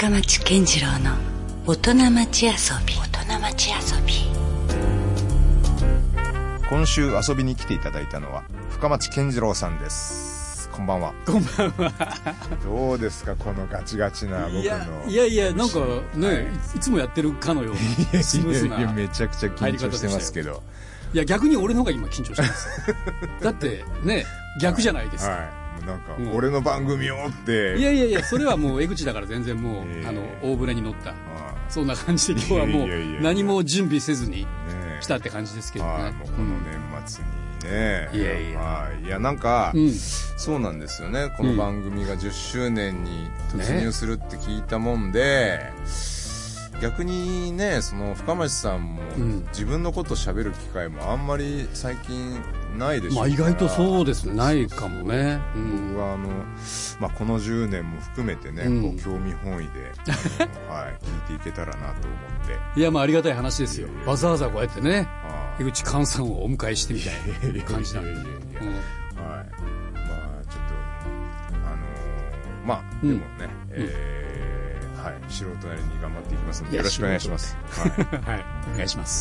深町健次郎の大人町遊び。 今週遊びに来ていただいたのは深町健次郎さんです。こんばんは。 こんばんは。 どうですかこのガチガチな僕の。 いやなんかね、いつもやってるかのようにスムーズな。 いやめちゃくちゃ緊張してますけど。 いや逆に俺の方が今緊張してますだってね、逆じゃないですか。 なんか俺の番組をって。 いやそれはもう江口だから全然もう大船に乗ったそんな感じで今日はもう何も準備せずに来たって感じですけどね。 もうこの年末にね。いやなんか、そうなんですよね。この番組が10周年に突入するって聞いたもんで、逆にね、その深町さんも自分のこと喋る機会もあんまり最近ないでしょうから。 意外とそうですね、ないかもね。 僕はこの10年も含めてね、こう興味本位で聞いていけたらなと思って。 いやありがたい話ですよ。わざわざこうやってね、江口寛さんをお迎えしてみたいな感じなんで。 ちょっとでもね、素人なりに頑張っていきますのでよろしくお願いします。 はい、お願いします。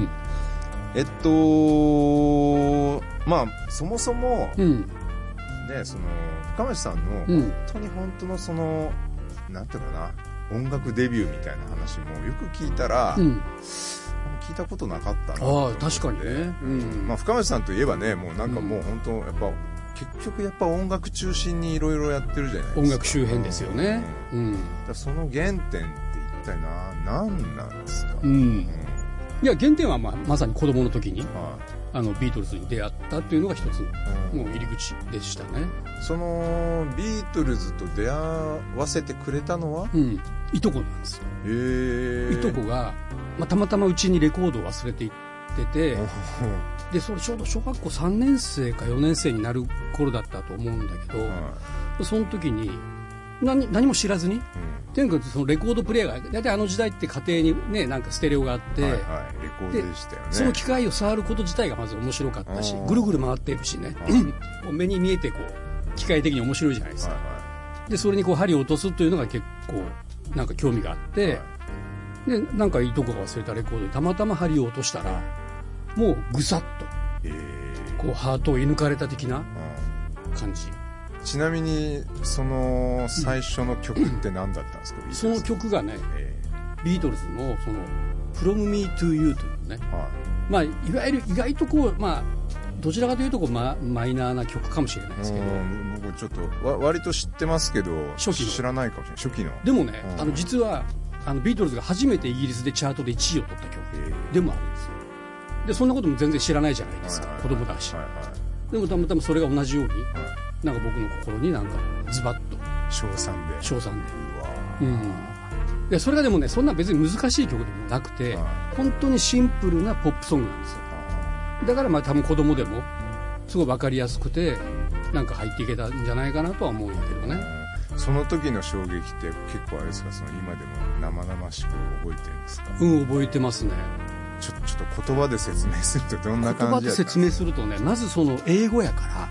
そもそも、ね、その深町さんの本当のそのなんていうかな、音楽デビューみたいな話もよく聞いたら、聞いたことなかったなと思って。 確かにね。 深町さんといえばね、もうなんかもう本当やっぱ結局やっぱ音楽中心にいろいろやってるじゃないですか。 音楽周辺ですよね。 その原点って一体何なんですか。 いや原点はまさに子供の時に、ビートルズに出会ったっていうのが一つの入り口でしたね。 そのビートルズと出会わせてくれたのは、 いとこなんですよ。いとこが、たまたまうちにレコードを忘れていってて、でそれちょうど小学校3年生か4年生になる頃だったと思うんだけど、その時に何も知らずに、とにかくそのレコードプレイヤーが大体あの時代って家庭にね、なんかステレオがあって、 レコードでしたよね。 その機械を触ること自体がまず面白かったし、ぐるぐる回ってるしね、目に見えてこう機械的に面白いじゃないですか。でそれにこう針を落とすというのが結構なんか興味があって、でなんかいとこが忘れたレコードでたまたま針を落としたら、もうぐさっとこうハートを射抜かれた的な感じ。 ちなみにその最初の曲って何だったんですか。 その曲がね、ビートルズのその From Me to You というね、いわゆる意外とこうどちらかというとこうマイナーな曲かもしれないですけど、 僕ちょっと割と知ってますけど知らないかもしれない。初期のでもね、実はビートルズが初めてイギリスでチャートで1位を取った曲でもあるんですよ。でそんなことも全然知らないじゃないですか、子供だし。でもたまたまそれが同じように、なんか僕の心になんかズバッと称賛で。 でそれがでもね、そんな別に難しい曲でもなくて、本当にシンプルなポップソングなんですよ。だから多分子供でもすごい分かりやすくて、なんか入っていけたんじゃないかなとは思うんだけどね。 その時の衝撃って結構あれですか、その今でも生々しく覚えてるんですか。 覚えてますね。 ちょっと言葉で説明するとどんな感じだったんですか。言葉で説明するとね、まずその英語やから、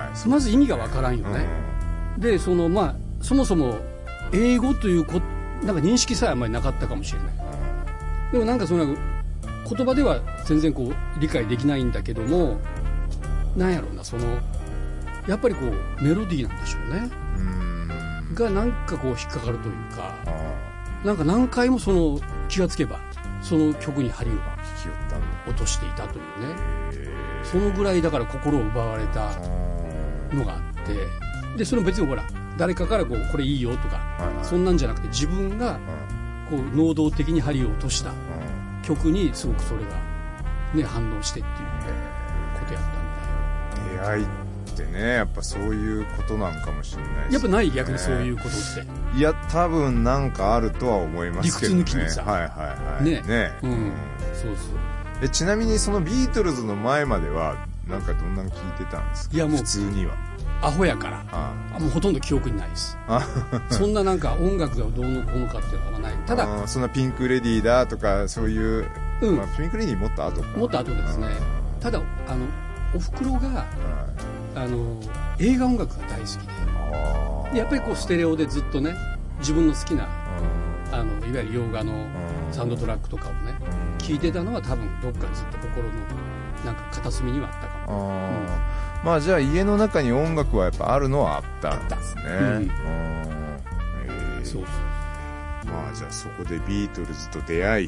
まず意味がわからんよね。でそのそもそも英語というなんか認識さえあんまりなかったかもしれない。でもなんかその言葉では全然こう理解できないんだけども、なんやろうな、そのやっぱりこうメロディーなんでしょうね。がなんかこう引っかかるというか、なんか何回もその気がつけばその曲に針を落としていたというね。そのぐらいだから心を奪われたのがあって、でそれも別にほら誰かからこれいいよとか、そんなんじゃなくて、自分がこう能動的に針を落とした曲にすごくそれがね反応してっていうことやったんで。 出会いってね、やっぱそういうことなんかもしれないですね。 やっぱない、逆にそういうことって。 いや多分なんかあるとは思いますけどね。 理屈抜きにさ。ね。そうそう。 ちなみにそのビートルズの前まではなんかどんなの聞いてたんですか。 いやもう普通にはアホやからもうほとんど記憶にないです。そんななんか音楽がどうのこうのかっていうのはない。ただそんなピンクレディーだとかそういう、ピンクレディーもっと後か。 もっと後ですね。ただおふくろが映画音楽が大好きで、やっぱりこうステレオでずっとね、自分の好きないわゆる洋画のサウンドトラックとかをね聴いてたのは多分どっかずっと心のなんか片隅にはあったかも。 まあじゃあ家の中に音楽はやっぱあるのはあったんですね。 そうそう。 まあじゃあそこでビートルズと出会い、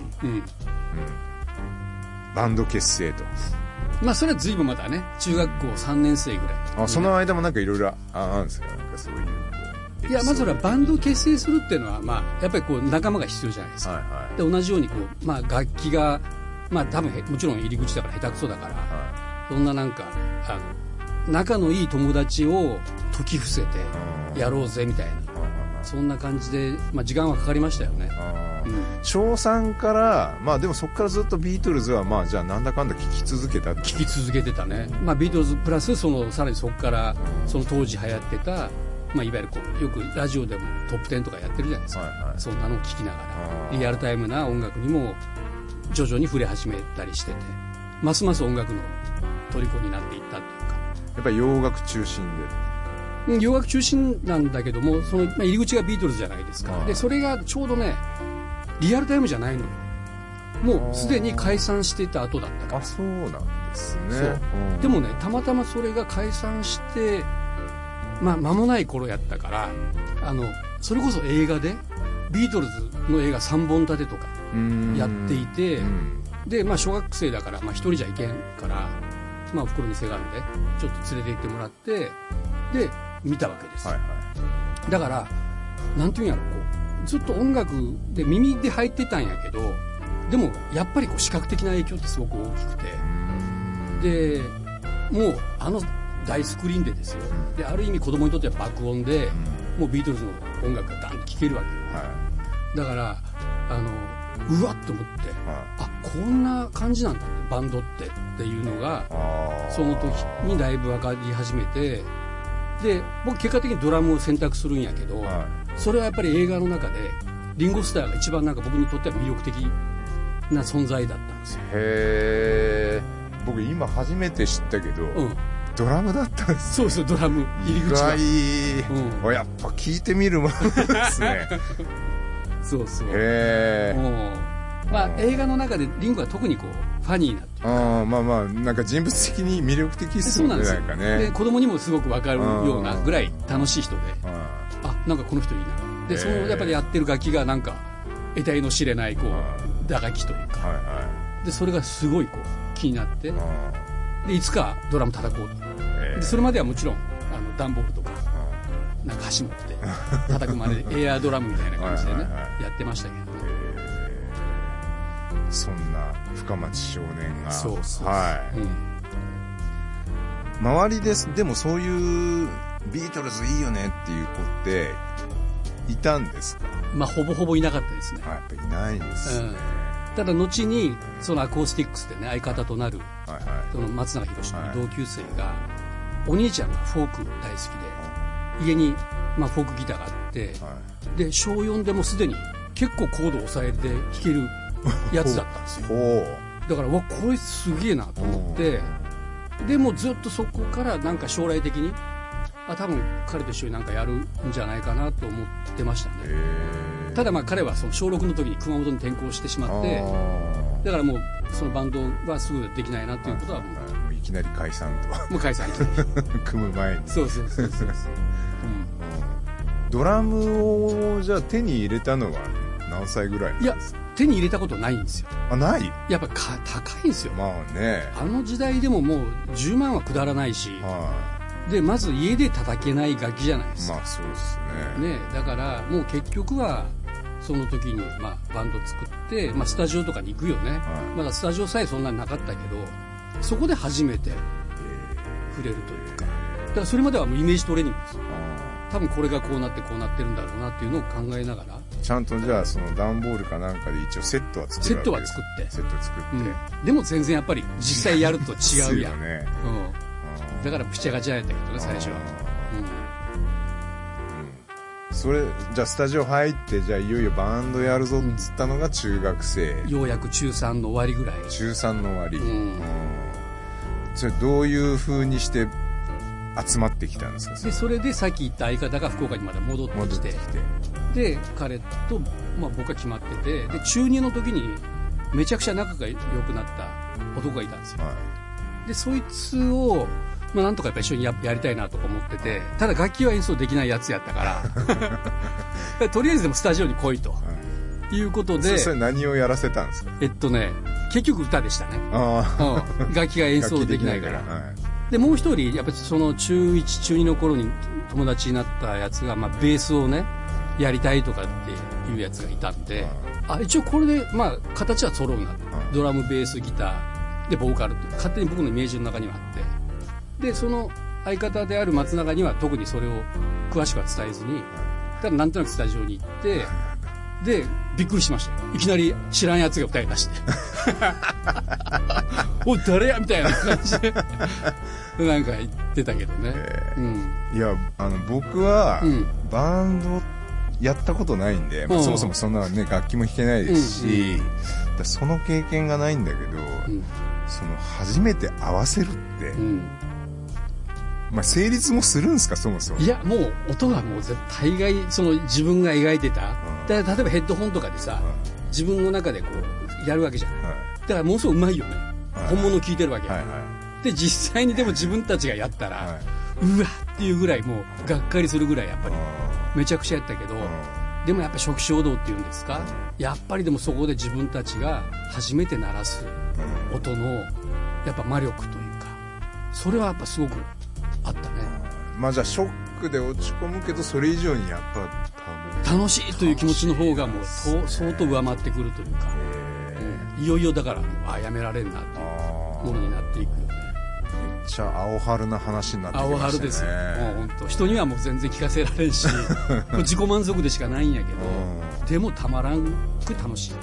バンド結成と。 まあそれは随分まだね中学校3年生ぐらい。 その間もなんかいろいろあるんですか、なんかそういう。 いやまずはバンドを結成するっていうのは、まあ、やっぱりこう仲間が必要じゃないですか、で同じようにこう、まあ、楽器が、まあ、多分もちろん入り口だから下手くそだから、そんななんか仲のいい友達を解き伏せてやろうぜみたいな、そんな感じで、まあ、時間はかかりましたよね。 小3から、まあでもそこからずっとビートルズはまあじゃあなんだかんだ聴き続けたって。 聴き続けてたね、まあ、ビートルズプラスさらにそこからその当時流行ってた、まあ、いわゆるこうよくラジオでもトップ10とかやってるじゃないですか、そんなのを聴きながらリアルタイムな音楽にも徐々に触れ始めたりしてて、ますます音楽の虜になっていったっていうか。 やっぱり洋楽中心で。洋楽中心なんだけども、その、まあ、入り口がビートルズじゃないですか。でそれがちょうどねリアルタイムじゃないのよ。もうすでに解散していた後だったから。 そうなんですね。 でもねたまたまそれが解散してまあ、間もない頃やったからそれこそ映画でビートルズの映画3本立てとかやっていて、で、まあ、小学生だから、まあ、一人じゃいけんから、まあ、おふくろにせがんでちょっと連れて行ってもらってで見たわけです、だからなんていうんやろこうずっと音楽で耳で入ってたんやけど、でもやっぱりこう視覚的な影響ってすごく大きくて、でもう大スクリーンでですよ、である意味子供にとっては爆音で、もうビートルズの音楽がダンと聴けるわけよ、だからうわっと思って、こんな感じなんだってバンドっていうのがその時にだいぶ分かり始めて、で僕結果的にドラムを選択するんやけど、それはやっぱり映画の中でリンゴ・スターが一番なんか僕にとっては魅力的な存在だったんですよ。 へー、僕今初めて知ったけど、ドラムだったんです、 そうそう、ドラム入り口が意外、やっぱ聞いてみるものですねそうそう。 へー、 まあ映画の中でリンゴは特にこうファニーなっていうか、 まあまあなんか人物的に魅力的ですよね。 そうなんですよ。で子供にもすごく分かるようなぐらい楽しい人で、なんかこの人いいな。でそのやっぱりやってる楽器がなんか得体の知れないこう打楽器というか、でそれがすごいこう気になって、でいつかドラム叩こうと。でそれまではもちろん段ボールとかなんか箸持って叩くまでエアドラムみたいな感じでねやってましたけどね。 そんな深町少年がそうそう、 周りです。でもそういうビートルズいいよねっていう子っていたんですか？ まあほぼほぼいなかったですね。 やっぱいないんですね、 ただ後にそのアコースティックスでね相方となる、その松永宏の同級生が、お兄ちゃんがフォーク大好きで、家に、まあ、フォークギターがあって、で小4でもすでに結構コードを抑えて弾けるやつだったんですよだからこれすげえなと思って、でもずっとそこからなんか将来的に多分彼と一緒になんかやるんじゃないかなと思ってましたね。ただまあ彼はその小6の時に熊本に転校してしまって、だからもうそのバンドはすぐできないなっていうことはもういきなり解散と。 もう解散組む前に。 そうそうそうそう、 ドラムをじゃあ手に入れたのは何歳ぐらいなんですか？ いや手に入れたことないんですよ。 ない？ やっぱ高いんですよ。 まあね、 あの時代でももう10万はくだらないし、でまず家で叩けない楽器じゃないですか。 まあそうですね。 だからもう結局はその時にまあバンド作って、まあ、スタジオとかに行くよね、まだスタジオさえそんなになかったけど、そこで初めて触れるというか、だからそれまではもうイメージトレーニングですよ。多分これがこうなってこうなってるんだろうなっていうのを考えながら、 ちゃんとじゃあその段ボールかなんかで一応セットは作るわけです。セット作って、 でも全然やっぱり実際やると違うやんね、 だからプチャガチャやったけどね最初は。 それじゃあスタジオ入ってじゃあいよいよバンドやるぞっつったのが中学生、 ようやく中3の終わりぐらい。 中3の終わり、それどういう風にして集まってきたんですか？ でそれでさっき言った相方が福岡にまだ戻ってきて、 で彼と、僕は決まってて、で中2の時にめちゃくちゃ仲が良くなった男がいたんですよ、でそいつを、なんとかやっぱ一緒に やりたいなとか思ってて、ただ楽器は演奏できないやつやったからとりあえずでもスタジオに来いと、いうことで。 それ何をやらせたんですか？ 結局歌でしたね。楽器が演奏できないから。でもう一人やっぱりその中1中2の頃に友達になったやつが、ベースをねやりたいとかっていうやつがいたんで、一応これで形は揃うな、ドラムベースギターでボーカルって勝手に僕のイメージの中にはあって、でその相方である松永には特にそれを詳しくは伝えずに、ただなんとなくスタジオに行って、でびっくりしましたよ。いきなり知らんやつが歌い出しておい誰やみたいな感じでなんか言ってたけどね、 いや僕はバンドやったことないんで、そもそもそんなね楽器も弾けないですし、その経験がないんだけど、その初めて合わせるって、成立もするんですか、そもそも。 いやもう音がもう絶対その自分が描いてた、例えばヘッドホンとかでさ、自分の中でこうやるわけじゃない、だからものすごくうまいよね、本物聞いてるわけ、で実際にでも自分たちがやったら、うわっていうぐらいもうがっかりするぐらいやっぱりめちゃくちゃやったけど、でもやっぱ初期衝動っていうんですか、やっぱりでもそこで自分たちが初めて鳴らす音のやっぱ魔力というか、それはやっぱすごくあったね。 じゃあショックで落ち込むけど、それ以上にやっぱ楽しいという気持ちの方がもう相当上回ってくるというか、いよいよだからやめられんなというものになっていくよね。 めっちゃ青春な話になってきましたね。 青春ですよ、もう本当人にはもう全然聞かせられんし自己満足でしかないんやけど、でもたまらんく楽しい、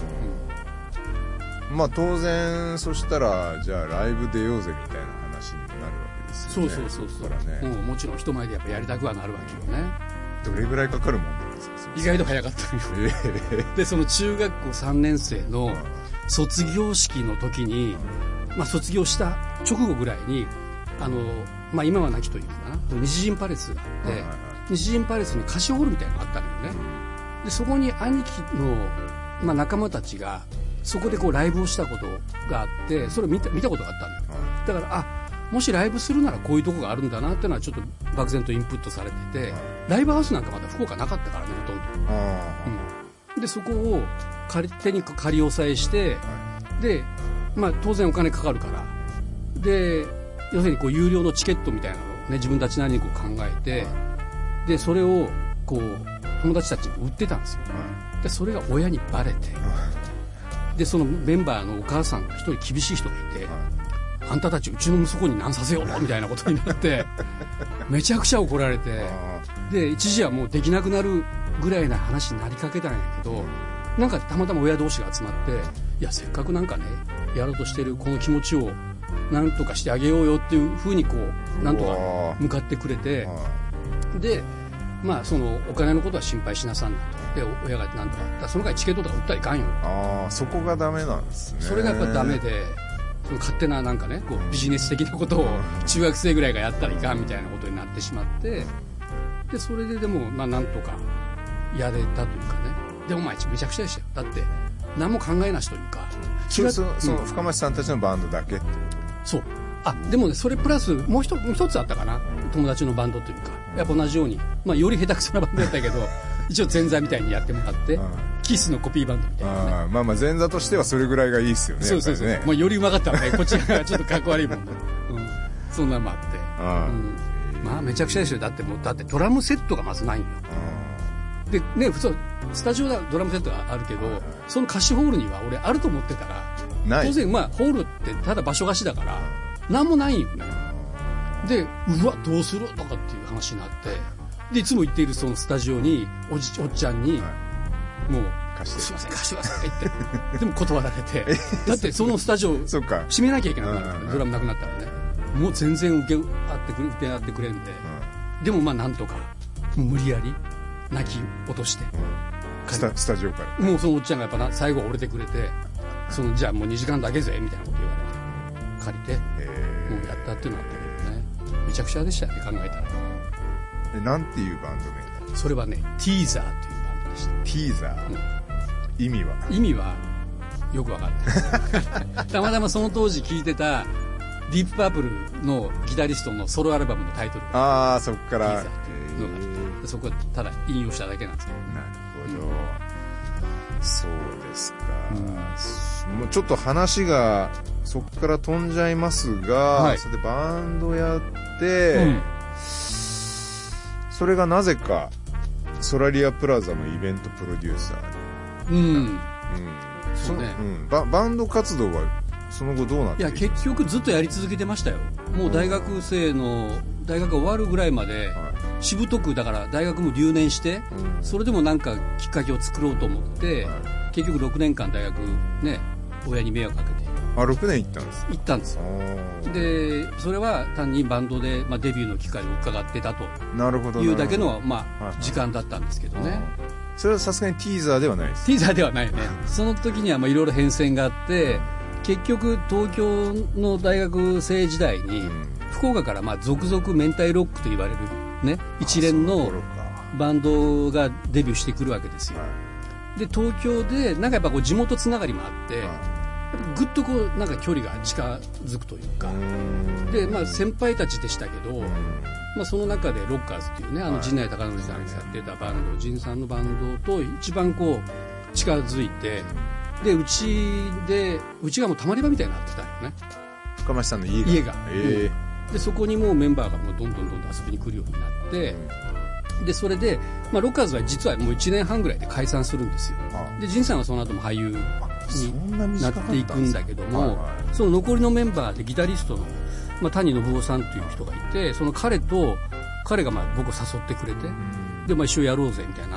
当然そしたらじゃあライブ出ようぜみたいな話にもなるわけですよね。 そうからね、もちろん人前でやっぱやりたくはなるわけよね。 どれぐらいかかるもんなんですか？ 意外と早かったよ、でその中学校3年生の卒業式の時に、卒業した直後ぐらいに今はなきというかな、西陣パレスがあって、西陣パレスに歌唱ホールみたいなのがあったのよね。でそこに兄貴の、仲間たちがそこでこうライブをしたことがあって、それを見たことがあったのよ。だからもしライブするならこういうとこがあるんだなっていうのはちょっと漠然とインプットされてて、ライブハウスなんかまだ福岡なかったからね、ほとんど。でそこを手に仮押さえして、で当然お金かかるから、で要するにこう有料のチケットみたいなのを、ね、自分たちなりにこう考えて、でそれをこう友達たちに売ってたんですよ。でそれが親にバレて、でそのメンバーのお母さんが一人厳しい人がいて、あんたたちうちの息子に何させようみたいなことになってめちゃくちゃ怒られて、で一時はもうできなくなるぐらいな話になりかけたんやけど、なんかたまたま親同士が集まって、いやせっかくなんかねやろうとしてるこの気持ちをなんとかしてあげようよっていうふうにこうなんとか向かってくれて、でそのお金のことは心配しなさんなと、で親がなんとかその回チケットとか売ったらいかんよ。 そこがダメなんですね。 それがやっぱダメで、勝手ななんかねこうビジネス的なことを中学生ぐらいがやったらいかんみたいなことになってしまって、でそれででもなんとかやれたというかね。でもめちゃくちゃでしたよ。だって何も考えなしというか、 その深町さんたちのバンドだけってこと？ そう。でもねそれプラスもう一つあったかな、友達のバンドというか、やっぱ同じように、より下手くそなバンドだったけど一応前座みたいにやってもらって、キスのコピーバンドみたいな、ね、 前座としてはそれぐらいがいいですよね。 そう、ね、よりうまかったらねこっちがちょっとかっこ悪いもんね、そんなのもあって、めちゃくちゃですよ。だってドラムセットがまずないんよ。でね、普通スタジオでドラムセットがあるけど、その貸しホールには俺あると思ってたら、当然ホールってただ場所貸しだから何もないんよね。でうわどうするとかっていう話になって、でいつも行っているそのスタジオにおっちゃんにもうすいません貸してくださいってでも断られてだってそのスタジオ閉めなきゃいけなくなる、ドラムなくなったらね、もう全然受け合ってくれんで、でもなんとかもう無理やり泣き落としてスタジオからもうそのおっちゃんがやっぱ最後折れてくれて、じゃあもう2時間だけぜみたいなこと言われて借りて、もうやったっていうのがあったけどね、めちゃくちゃでしたね考えたら。 なんていうバンド名？ それはねティーザーというバンでした。 ティーザー、意味はよくわかんないたまたまその当時聴いてたディープパープルのギタリストのソロアルバムのタイトルがそこからティーザーというのがあって、そこはただ引用しただけなんですけど。 なるほど、そうですか、もうちょっと話がそこから飛んじゃいますが、それでバンドやって、それがなぜかソラリアプラザのイベントプロデューサーに、そうね、バンド活動はその後どうなっていくんですか？いや結局ずっとやり続けてましたよ。もう大学が終わるぐらいまで、しぶとく、だから大学も留年して、それでもなんかきっかけを作ろうと思って、結局6年間大学ね、親に迷惑かけて。 6年行ったんですか？ 行ったんですよ。でそれは単にバンドで、デビューの機会を伺ってたというだけの、時間だったんですけどね。 それはさすがにティーザーではないです。 ティーザーではないねその時にはいろいろ変遷があって、結局東京の大学生時代に、福岡から続々明太ロックと言われるね、一連のバンドがデビューしてくるわけですよ。で東京でなんかやっぱ地元つながりもあって、ぐっとなんか距離が近づくというかで、先輩たちでしたけど、その中でロッカーズっていうね、陣内孝則さんがやってたバンド、陣さんのバンドと一番近づいて、でうちがもうたまり場みたいになってたよね、 深町さんの家が。 でそこにもうメンバーがもうどんどん遊びに来るようになって、でそれで、ロッカーズは実はもう1年半ぐらいで解散するんですよ。で陣さんはその後も俳優になっていくんだけども、その残りのメンバーでギタリストの、谷信夫さんっていう人がいて、その彼が僕を誘ってくれて、で、一緒にやろうぜみたいになって、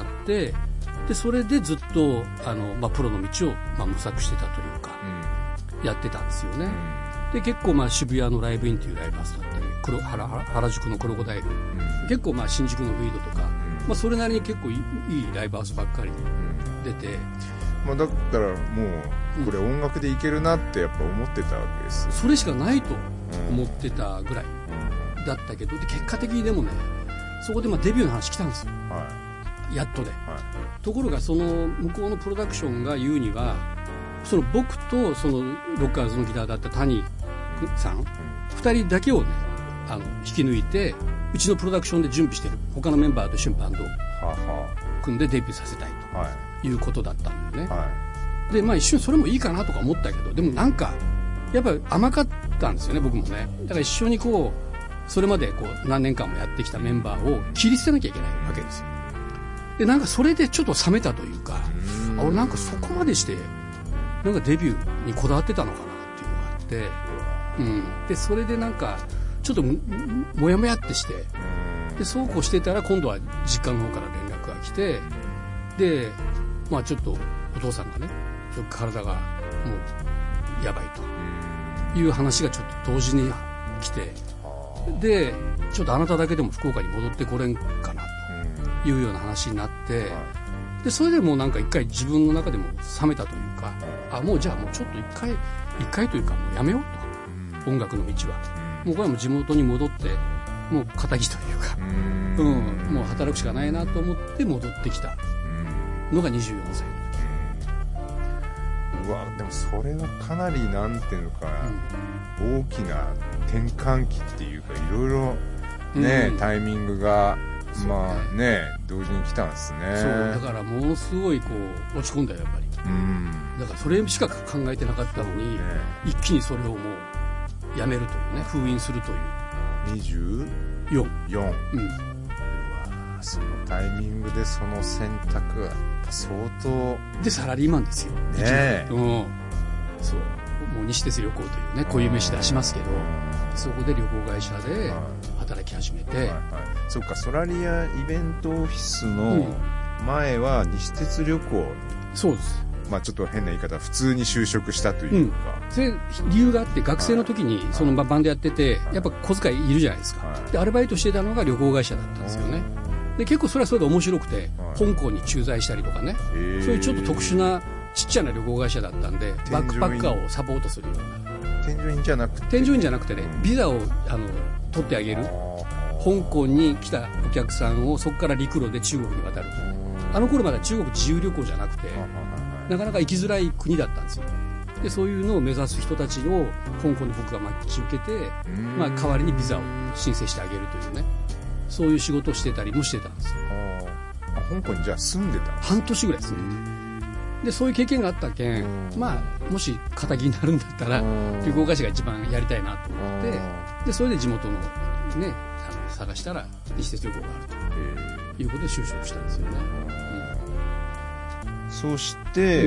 でそれでずっとプロの道を模索してたというか、やってたんですよね。で結構渋谷のライブインっていうライブハウスだったり、原宿のクロコダイル、結構新宿のウィードとか、それなりに結構いいライブハウスばっかり出て、 だったらもうこれ音楽でいけるなってやっぱ思ってたわけです。 それしかないと思ってたぐらいだったけど、で結果的にでもね、そこでデビューの話来たんですよ、やっとで、ところがその向こうのプロダクションが言うには、その僕とそのロッカーズのギターだった谷さん、2人だけをね引き抜いて、うちのプロダクションで準備してる他のメンバーと一緒にバンドを組んでデビューさせたいということだったんだよね。で一瞬それもいいかなとか思ったけど、でもなんかやっぱり甘かったんですよね、僕もね。だから一緒にそれまで何年間もやってきたメンバーを切り捨てなきゃいけないわけですよ。でなんかそれでちょっと冷めたというか、俺なんかそこまでしてなんかデビューにこだわってたのかなっていうのがあって、でそれでなんかちょっともやもやってして、でそうこうしてたら今度は実家の方から連絡が来て、でちょっとお父さんがね、ちょっと体がもうやばいという話がちょっと同時に来て、でちょっとあなただけでも福岡に戻ってこれんかなというような話になって、でそれでもうなんか一回自分の中でも冷めたというか、もうじゃあもうちょっと一回というかもうやめようと、音楽の道はもうこれはもう地元に戻ってもう仇というか、もう働くしかないなと思って戻ってきたのが24歳の時。 でもそれはかなりなんていうのか、大きな転換期っていうか、いろいろね、タイミングが同時に来たんですね。 そうだからものすごい落ち込んだよやっぱり。だからそれしか考えてなかったのに、一気にそれをもうやめるというね、封印するという。 24。そのタイミングでその選択は相当で、サラリーマンですよね。 そうもう西鉄旅行というね、こういう飯出しますけど、そこで旅行会社で働き始めて、 そっか、ソラリアイベントオフィスの前は西鉄旅行、 そうです。 ちょっと変な言い方、普通に就職したというか、 それ理由があって、学生の時にそのバンドやってて、やっぱ小遣いいるじゃないですか。でアルバイトしてたのが旅行会社だったんですよね。で結構それはそれで面白くて、香港に駐在したりとかね、そういうちょっと特殊なちっちゃな旅行会社だったんで、バックパッカーをサポートするような。 添乗員じゃなくてね、ビザを取ってあげる。香港に来たお客さんをそこから陸路で中国に渡る。 あの頃まだ中国自由旅行じゃなくて、なかなか行きづらい国だったんですよ。でそういうのを目指す人たちを香港で僕が待ち受けて、代わりにビザを申請してあげるというね、そういう仕事をしてたりもしてたんですよ。 香港にじゃあ住んでたんですか？ 半年ぐらい住んでて、でそういう経験があったけん、もし仇になるんだったら旅行会社が一番やりたいなと思って、でそれで地元のね探したら西鉄旅行があるということで就職したんですよね。 そして、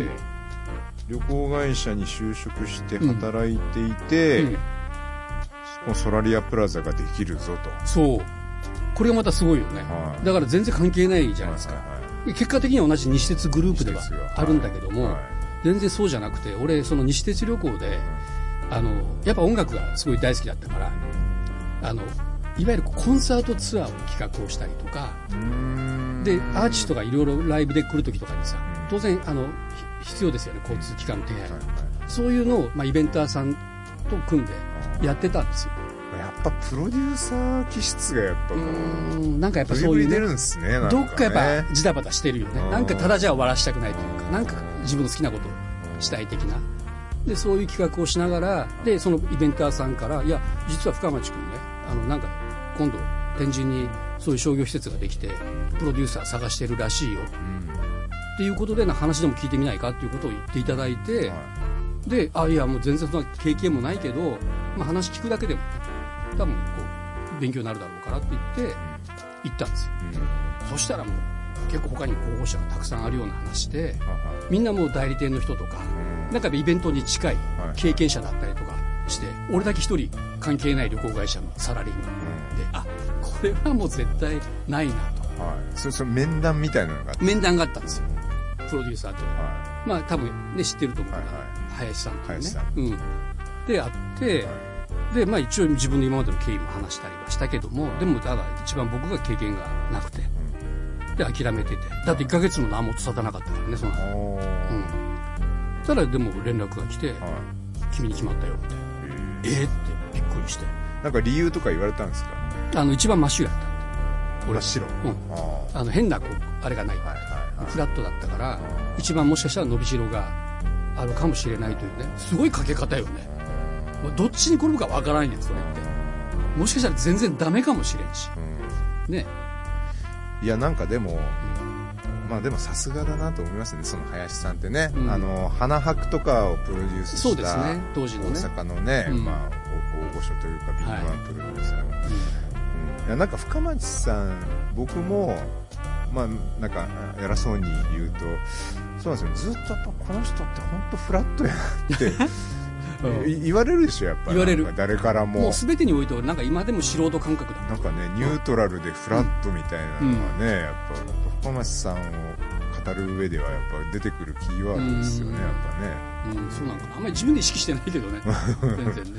旅行会社に就職して働いていて、このソラリアプラザができるぞと。 そうこれがまたすごいよね、だから全然関係ないじゃないですか、結果的には同じ西鉄グループではあるんだけども、全然そうじゃなくて、俺その西鉄旅行でやっぱ音楽がすごい大好きだったから、いわゆるコンサートツアーを企画をしたりとかで、アーティストがいろいろライブで来る時とかにさ、当然必要ですよね、交通機関の手配、そういうのを、イベンターさんと組んでやってたんですよ。 やっぱプロデューサー気質がやっぱなんかやっぱそういう、 出るんですね、なんかね、 どっかやっぱジタバタしてるよね。なんかただじゃ終わらしたくないというか、なんか自分の好きなことをしたい的なで、そういう企画をしながら、でそのイベンターさんから、いや実は深町君ね、なんか今度天神にそういう商業施設ができてプロデューサー探してるらしいよ、っていうことで話でも聞いてみないかっていうことを言っていただいて、でいやもう全然そんな経験もないけど、話聞くだけでも多分こう勉強になるだろうからって言って行ったんですよ。そしたらもう結構他にも候補者がたくさんあるような話で、みんなもう代理店の人とか、なんかイベントに近い経験者だったりとかして、俺だけ一人関係ない旅行会社のサラリーマンで、これはもう絶対ないなと、 それ面談みたいなのがあって、 面談があったんですよ、プロデューサーと、多分ね知ってると思うから、林さんというね、であって、で一応自分の今までの経緯も話したりはしたけども、でもただ一番僕が経験がなくて、で諦めてて、だって1ヶ月も何も伝わらなかったからね、そのただでも連絡が来て、君に決まったよって、ってびっくりして、 なんか理由とか言われたんですか？ 一番真っ白だった。 真っ白、 変なあれがない、フラットだったから、一番もしかしたら伸びしろがあるかもしれないというね、すごいかけ方よね。どっちに転ぶかわからないんだよ、それって。もしかしたら全然ダメかもしれんし、ね。 いやなんかでも、でもさすがだなと思いますね、その林さんってね、花博とかをプロデュースした、 そうですね、当時のね、 大阪のね、大御所というかビッグワンプロデューサー、いやなんか深町さん、僕もなんか偉そうに言うと、そうなんですよ、ずっとやっぱこの人って本当フラットやなって言われるでしょ、やっぱり。言われる。誰からも。 もう全てにおいて、なんか今でも素人感覚だ。 なんかね、ニュートラルでフラットみたいなのはね、やっぱ深町さんを語る上ではやっぱ出てくるキーワードですよね、やっぱね。 そうなんかな。あんまり自分で意識してないけどね。全然ね。 そう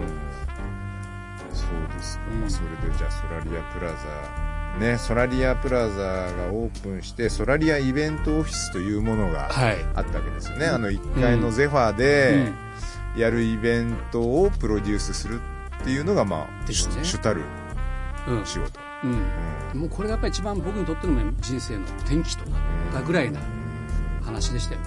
ですか。それでじゃあソラリアプラザね、ソラリアプラザがオープンして、ソラリアイベントオフィスというものがあったわけですよね。1階のゼファーでやるイベントをプロデュースするっていうのが主たる仕事。もうこれがやっぱり一番僕にとっての人生の転機となったぐらいな話でしたよね。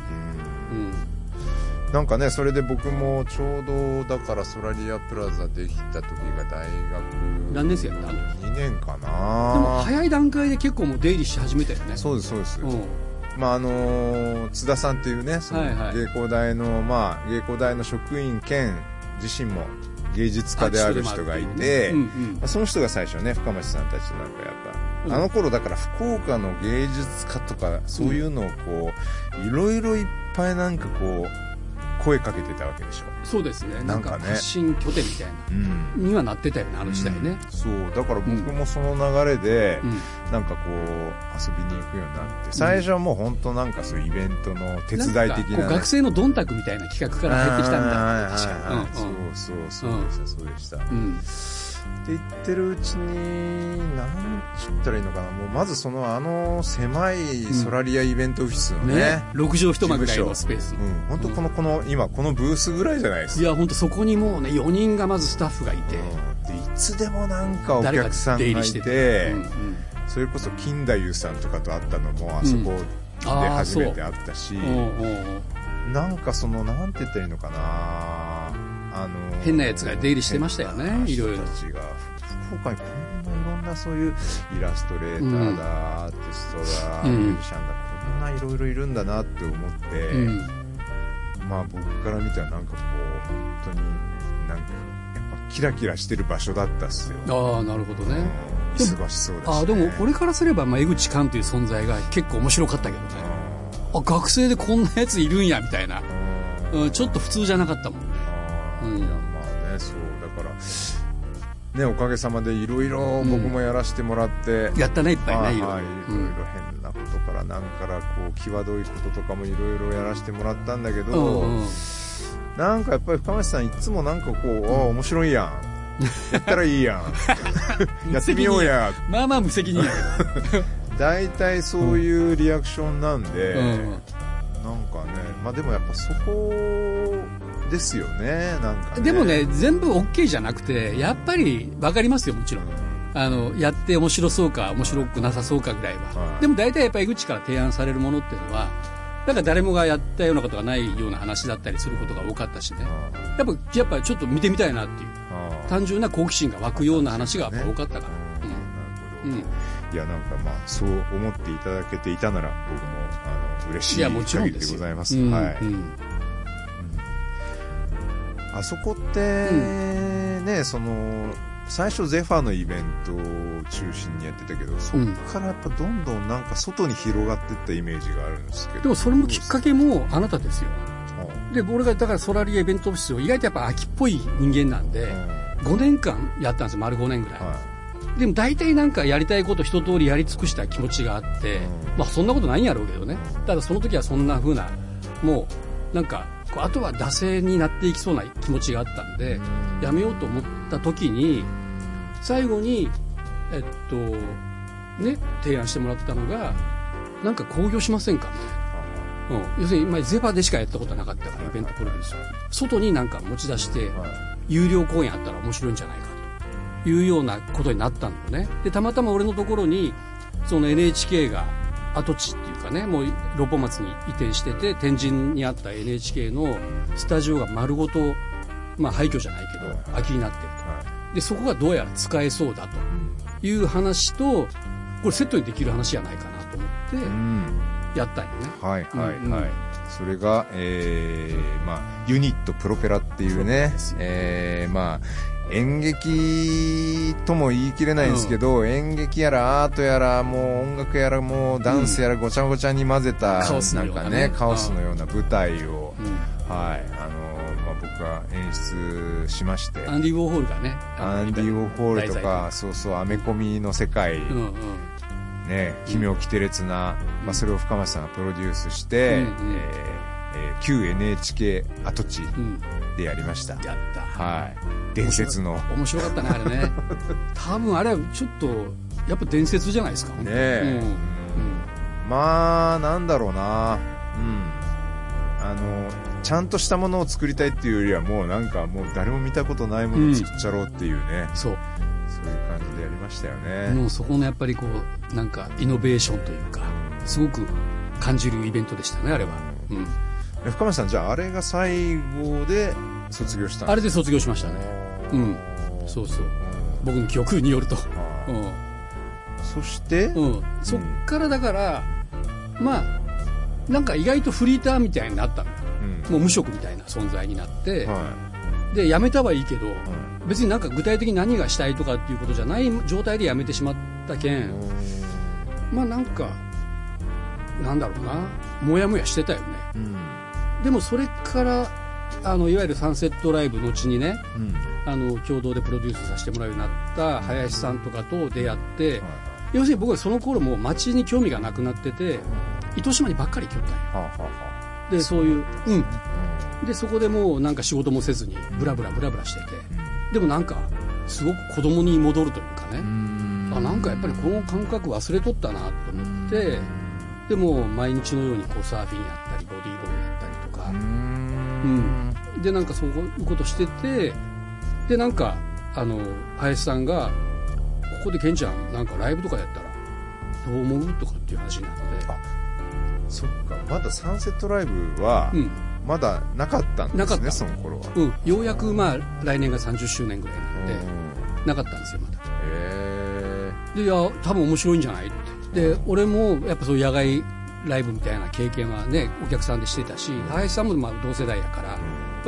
なんかね、それで僕もちょうどだからソラリアプラザできた時が大学何年生やった2年かな。でも早い段階で結構もう出入りし始めたよね。そうですそうです。津田さんっていうね、その芸工大の芸工大の職員兼自身も芸術家である人がいて、その人が最初ね、深町さんたちとなんかやっぱ、あの頃だから福岡の芸術家とかそういうのをこういろいろいっぱいなんかこう声かけてたわけでしょ。そうですね。なんかね、発信拠点みたいなにはなってたよね、あの時代ね。そうだから僕もその流れでなんかこう遊びに行くようになって、最初はもう本当なんかそういうイベントの手伝い的な、学生のドンタクみたいな企画から入ってきたみたいな。確かに。そうでした。って言ってるうちに何て言ったらいいのかな、もうまずその狭いソラリアイベントオフィスのね、6畳一間ぐらいのスペース、本当この今このブースぐらいじゃないですか。いや本当そこにもうね4人がまずスタッフがいて、でいつでもなんかお客さんがいて、 それこそ金太夫さんとかと会ったのもあそこで初めて会ったし、なんかそのなんて言ったらいいのかな、 変なやつが出入りしてましたよね、いろいろ。 人たちが福岡にこんないろんなそういうイラストレーターだ、アーティストだ、ミュージシャンだ、こんないろいろいるんだなって思って、まあ僕から見たらなんかこう本当になんかやっぱキラキラしてる場所だったっすよ。 ああ、なるほどね。 忙しそうだし、ね、 でも俺からすれば、江口寛という存在が結構面白かったけどね。学生でこんなやついるんやみたいな、ちょっと普通じゃなかったもんね。 いやまあね、そうだからね、おかげさまでいろいろ僕もやらせてもらって、 やったね、いっぱいね、いろいろ変なことからなんからこう際どいこととかもいろいろやらせてもらったんだけど、なんかやっぱり深町さんいつもなんかこう、面白いやん、やったらいいやんやってみようや、 まあまあ無責任やけど大体そういうリアクションなんで、なんかね、まあでもやっぱそこですよね、なんかね。でもね、 全部 OK じゃなくて、やっぱり分かりますよ、もちろん。やって面白そうか面白くなさそうかぐらいは。でも大体やっぱり江口から提案されるものっていうのは、なんか誰もがやったようなことがないような話だったりすることが多かったしね。やっぱちょっと見てみたいなっていう、単純な好奇心が湧くような話がやっぱ多かったから。 いや、なんかまあそう思っていただけていたなら僕も嬉しい限りでございます。はい。あそこってね、その最初ゼファーのイベントを中心にやってたけど、そこからやっぱどんどんなんか外に広がっていったイメージがあるんですけど。 でもそれもきっかけもあなたですよ。で、俺がだからソラリアイベントオフィスを意外とやっぱ秋っぽい人間なんで、5年間やったんですよ、丸5年ぐらい。でも大体なんかやりたいこと一通りやり尽くした気持ちがあって、まあそんなことないんやろうけどね。ただその時はそんな風な、もうなんかあとは惰性になっていきそうな気持ちがあったんで、やめようと思った時に最後に提案してもらったのが、なんか興行しませんかみたいな。要するに前ゼファでしかやったことなかったから、イベントプロデュースを外になんか持ち出して有料公演あったら面白いんじゃないかというようなことになったんだよね。でたまたま俺のところにその NHK が跡地っていうかね、もう六本松に移転してて、天神にあった NHK のスタジオが丸ごと、まあ廃墟じゃないけど空きになってると。でそこがどうやら使えそうだという話と、これセットにできる話じゃないかなと思ってやったんよね。 はいはいはい。それが、まあユニットプロペラっていうね、まあ演劇とも言い切れないんですけど、演劇やらアートやらもう音楽やらもうダンスやらごちゃごちゃに混ぜた、なんかね、カオスのような舞台を、はい、まあ、僕が演出しまして、 アンディ・ウォーホールがね、 アンディ・ウォーホールとか、そうそう、アメコミの世界、ね、奇妙奇天烈な、まあ、それを深町さんがプロデュースして、旧 NHK 跡地でやりました。 やった。 はい。伝説の。 面白かったね、あれね。多分あれはちょっと、やっぱ伝説じゃないですか。ねえ。 まあ、なんだろうな。ちゃんとしたものを作りたいっていうよりはもうなんかもう誰も見たことないものを作っちゃろうっていうね。そういう感じでやりましたよね。 もうそこのやっぱりこう、なんかイノベーションというか、すごく感じるイベントでしたね、あれは。 深町さん、じゃああれが最後で卒業したんですか？ あれで卒業しましたね。そうそう。僕の記憶によると。 そして、 そっからだから、まあ、なんか意外とフリーターみたいになったの。もう無職みたいな存在になって、で、辞めたはいいけど、別になんか具体的に何がしたいとかっていうことじゃない状態で辞めてしまったけん、まあなんか、なんだろうな、もやもやしてたよね。でもそれからいわゆるサンセットライブの後にね、共同でプロデュースさせてもらうようになった林さんとかと出会って、要するに僕はその頃もう街に興味がなくなってて、糸島にばっかり来よったんよ。でそういうでそこでもうなんか仕事もせずにブラブラしてて、でもなんかすごく子供に戻るというかね、なんかやっぱりこの感覚忘れとったなと思って、でも毎日のようにこうサーフィンやったりボディーボールやったりとか、でなんかそういうことしてて、でなんか林さんがここでケンちゃんなんかライブとかやったらどう思うとかっていう話になって。 そっか、まだサンセットライブは、まだなかったんですね、その頃は。 ようやくまあ来年が30周年ぐらいなんで、なかったんですよ、まだ。で、いや、多分面白いんじゃないって。で、俺もやっぱそういう野外ライブみたいな経験はね、お客さんでしてたし、林さんもまあ同世代だから、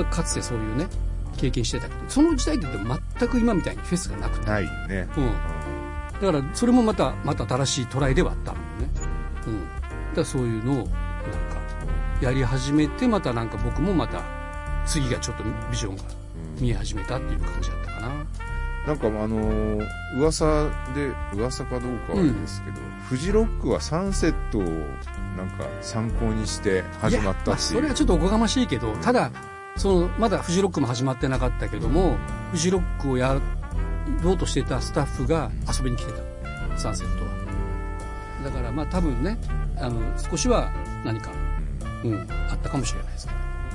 かつてそういうね、経験してたけど、その時代って全く今みたいにフェスがなくて。 ないね。 だから、それもまた新しいトライではあったもんね。だからそういうのを、なんか、やり始めて、またなんか僕もまた、次がちょっとビジョンが見え始めたっていう感じだったかな。 なんか噂かどうかはあれですけど、フジロックはサンセットをなんか参考にして始まったっていう。 それはちょっとおこがましいけど、ただ、まだフジロックも始まってなかったけども、フジロックをやろうとしてたスタッフが遊びに来てた、サンセットは。だからまあ多分ね、少しは何か、あったかもしれないですけ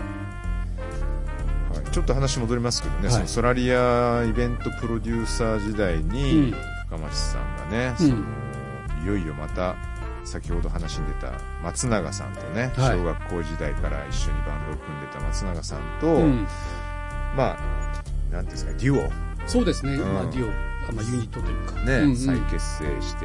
ど。 ちょっと話戻りますけどね、そのソラリアイベントプロデューサー時代に、深町さんがね、いよいよまた先ほど話に出た松永さんとね、小学校時代から一緒にバンドを組んでた松永さんと、まあなんていうんですか、デュオ、そうですね、まあデュオ、まあユニットというかね、再結成して、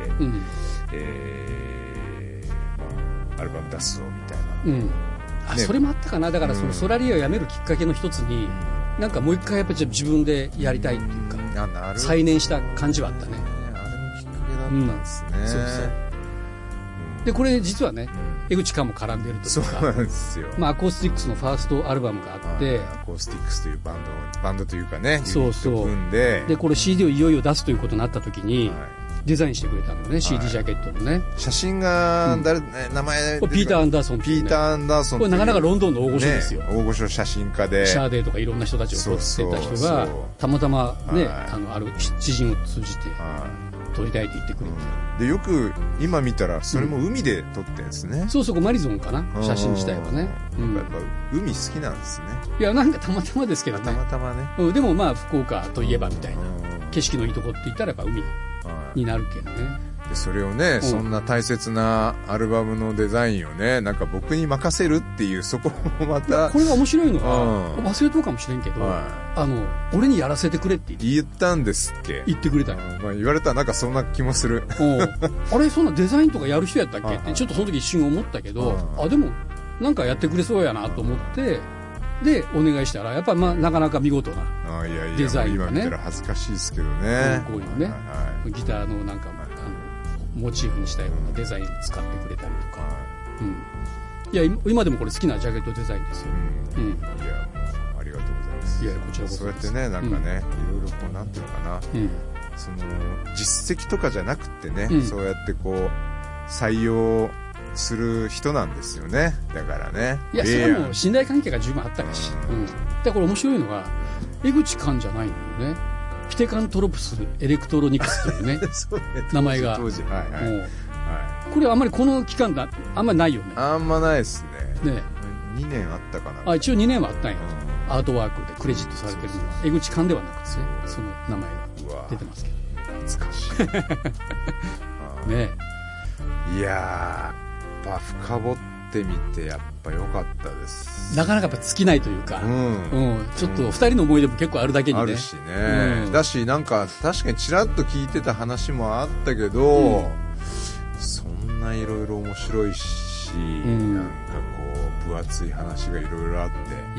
アルバム出すぞみたいな、 それもあったかな。だからそのソラリアを辞めるきっかけの一つに、なんかもう一回やっぱり自分でやりたいっていうか、再燃した感じはあったね。 あれもきっかけだったんですね。そうそう。 でこれ実はね、江口寛も絡んでるというか、 そうなんですよ。 まあアコースティックスのファーストアルバムがあって、 アコースティックスというバンドというかね、ユニットを組んで、 でこれ CD をいよいよ出すということになった時に、デザインしてくれたのね、CD ジャケットのね。 写真が名前ピーター・アンダーソン。 ピーター・アンダーソン。 これなかなかロンドンの大御所ですよ。 大御所写真家で。 シャーデーとかいろんな人たちを撮ってた人が、たまたまね、ある知人を通じて撮りたいって言ってくれて。 で、よく今見たら、それも海で撮ってんですね。 そうそう、マリゾンかな、写真自体はね。 やっぱ海好きなんですね。 いや、なんかたまたまですけどね。 たまたまね。 でもまあ、福岡といえばみたいな。景色のいいとこって言ったらやっぱ海になるけどね。 でそれをね、そんな大切なアルバムのデザインをね、なんか僕に任せるっていう、そこもまた。 これが面白いのは、忘れとうかもしれんけど、俺にやらせてくれって言ったんですっけ。 言ってくれたよ。 まあ言われたらなんかそんな気もする。 あれ、そんなデザインとかやる人やったっけってちょっとその時一瞬思ったけど、でもなんかやってくれそうやなと思って、でお願いしたらやっぱりまあなかなか見事なデザインがね。 今見たら恥ずかしいですけどね。 こういうね、ギターのなんかモチーフにしたようなデザイン使ってくれたりとか、いや今でもこれ好きなジャケットデザインですよ。 いや、ありがとうございます。 いや、こちらこそ。 そうやってね、なんかね、いろいろこうなんていうのかな、その実績とかじゃなくてね、そうやってこう採用する人なんですよね。だからね。 いや、それはもう信頼関係が十分あったからし。でこれ面白いのが、江口寛じゃないのよね。ピテカントロプスエレクトロニクスというね名前が。 当時、 これはあんまりこの期間だあんまりないよね。 あんまないですね。 ね。 2年あったかな。 一応2年はあったんや。アートワークでクレジットされてるのは江口寛ではなくてね、その名前が出てますけど。 懐かしい。ね。いやー、やっぱ深掘ってみてやっぱ良かったです。 なかなかやっぱ尽きないというか、ちょっと2人の思い出も結構あるだけにね。 あるしね。だしなんか確かにちらっと聞いてた話もあったけど、そんないろいろ面白いし、なんかこう分厚い話がいろいろあって、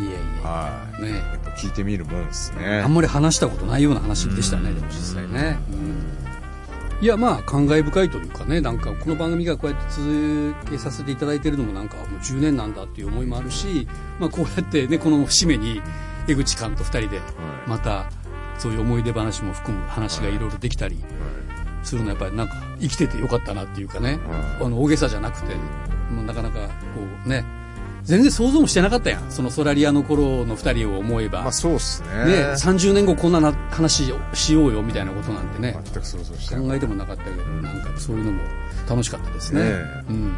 ね、やっぱ聞いてみるもんですね。 あんまり話したことないような話でしたね、でも実際ね。いや、まあ感慨深いというかね、なんかこの番組がこうやって続けさせていただいているのもなんかもう10年なんだっていう思いもあるし、まあこうやってね、この節目に江口寛と2人でまたそういう思い出話も含む話がいろいろできたりするのはやっぱりなんか生きててよかったなっていうかね、大げさじゃなくて、もうなかなかこうね、全然想像もしてなかったやん、そのソラリアの頃の2人を思えば。 まあそうっすね。 30年後こんな話をしようよみたいなことなんてね、 全く想像して考えてもなかったけど、なんかそういうのも楽しかったですね。いや、本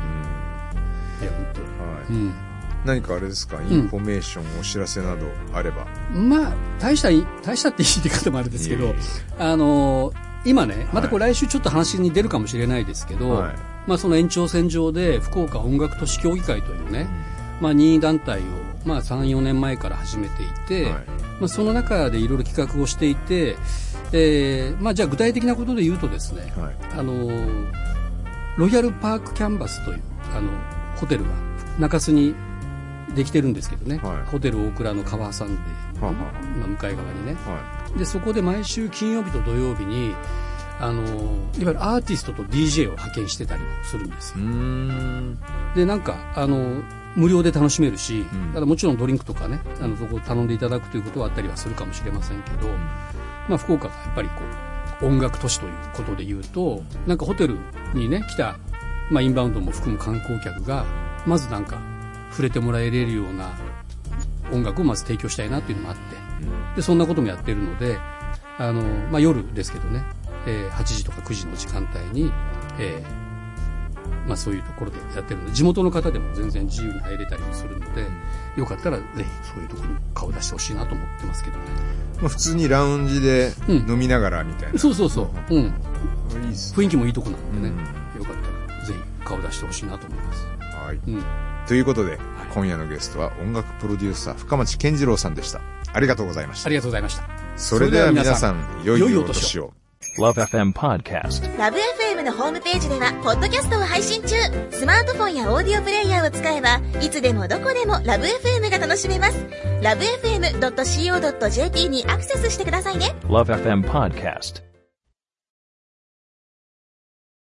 当。何かあれですか、インフォメーション、お知らせなどあれば。 まあ大したって言い方もあるんですけど、今ね、またこれ来週ちょっと話に出るかもしれないですけど、 その延長線上で福岡音楽都市協議会というね、任意団体を、3、4年前から始めていて、その中でいろいろ企画をしていて、じゃあ具体的なことで言うとですね、ロイヤルパークキャンバスというホテルが中洲にできてるんですけどね、ホテル大倉の川挟んで、向かい側にね、でそこで毎週金曜日と土曜日にいわゆるアーティストと DJ を派遣してたりもするんですよ。でなんか無料で楽しめるし、ただもちろんドリンクとかねそこを頼んでいただくということはあったりはするかもしれませんけど、福岡がやっぱりこう音楽都市ということで言うと、なんかホテルにね来た、インバウンドも含む観光客がまずなんか触れてもらえるような音楽をまず提供したいなっていうのもあって、でそんなこともやってるので夜ですけどね、8時とか9時の時間帯に、そういうところでやってるので、地元の方でも全然自由に入れたりもするので、よかったらぜひそういうところに顔出してほしいなと思ってますけどね。 普通にラウンジで飲みながらみたいな、 そうそうそう、いいっす雰囲気もいいとこなんでね、よかったらぜひ顔出してほしいなと思います。 はい、ということで、今夜のゲストは音楽プロデューサー深町健次郎さんでした。ありがとうございました。 ありがとうございました。 それでは皆さん、良いお年を。 Love FM Podcast。 Love FM のホームページではポッドキャストを配信中。スマートフォンやオーディオプレイヤーを使えばいつでもどこでも Love FM が楽しめます。LoveFM.co.jp にアクセスしてくださいね。 Love FM Podcast。